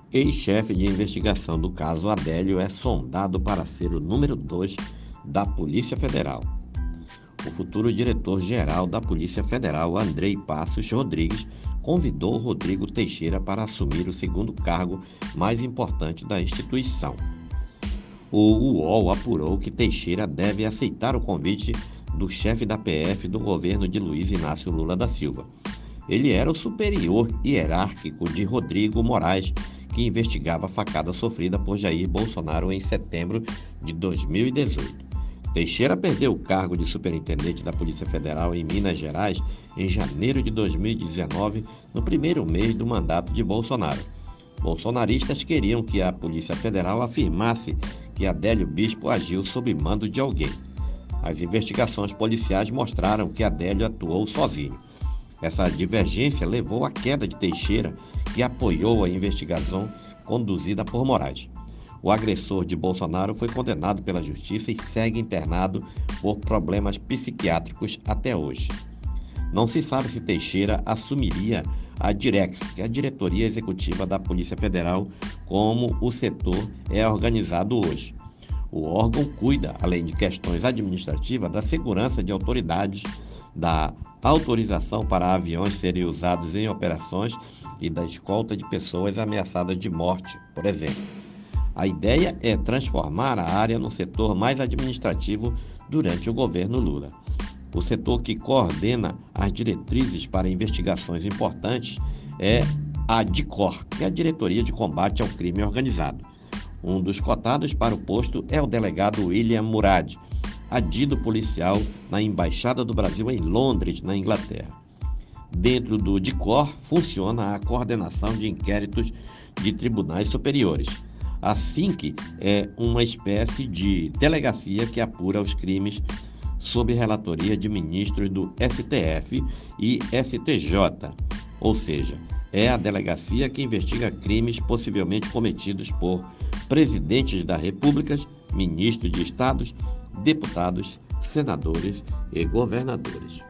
Ex-chefe de investigação do caso Adélio é sondado para ser o número 2 da Polícia Federal. O futuro diretor-geral da Polícia Federal, Andrei Passos Rodrigues, convidou Rodrigo Teixeira para assumir o segundo cargo mais importante da instituição. O UOL apurou que Teixeira deve aceitar o convite do chefe da PF do governo de Luiz Inácio Lula da Silva. Ele era o superior hierárquico de Rodrigo Moraes, que investigava a facada sofrida por Jair Bolsonaro em setembro de 2018. Teixeira perdeu o cargo de superintendente da Polícia Federal em Minas Gerais em janeiro de 2019, no primeiro mês do mandato de Bolsonaro. Bolsonaristas queriam que a Polícia Federal afirmasse que Adélio Bispo agiu sob mando de alguém. As investigações policiais mostraram que Adélio atuou sozinho. Essa divergência levou à queda de Teixeira, que apoiou a investigação conduzida por Moraes. O agressor de Bolsonaro foi condenado pela justiça e segue internado por problemas psiquiátricos até hoje. Não se sabe se Teixeira assumiria a Direx, que é a diretoria executiva da Polícia Federal, como o setor é organizado hoje. O órgão cuida, além de questões administrativas, da segurança de autoridades, da autorização para aviões serem usados em operações e da escolta de pessoas ameaçadas de morte, por exemplo. A ideia é transformar a área num setor mais administrativo durante o governo Lula. O setor que coordena as diretrizes para investigações importantes é a DICOR, que é a Diretoria de Combate ao Crime Organizado. Um dos cotados para o posto é o delegado William Murad, adido policial na Embaixada do Brasil em Londres, na Inglaterra. Dentro do DICOR funciona a coordenação de inquéritos de tribunais superiores. A SINC é uma espécie de delegacia que apura os crimes sob relatoria de ministros do STF e STJ, ou seja, é a delegacia que investiga crimes possivelmente cometidos por presidentes da República, ministros de estados, deputados, senadores e governadores.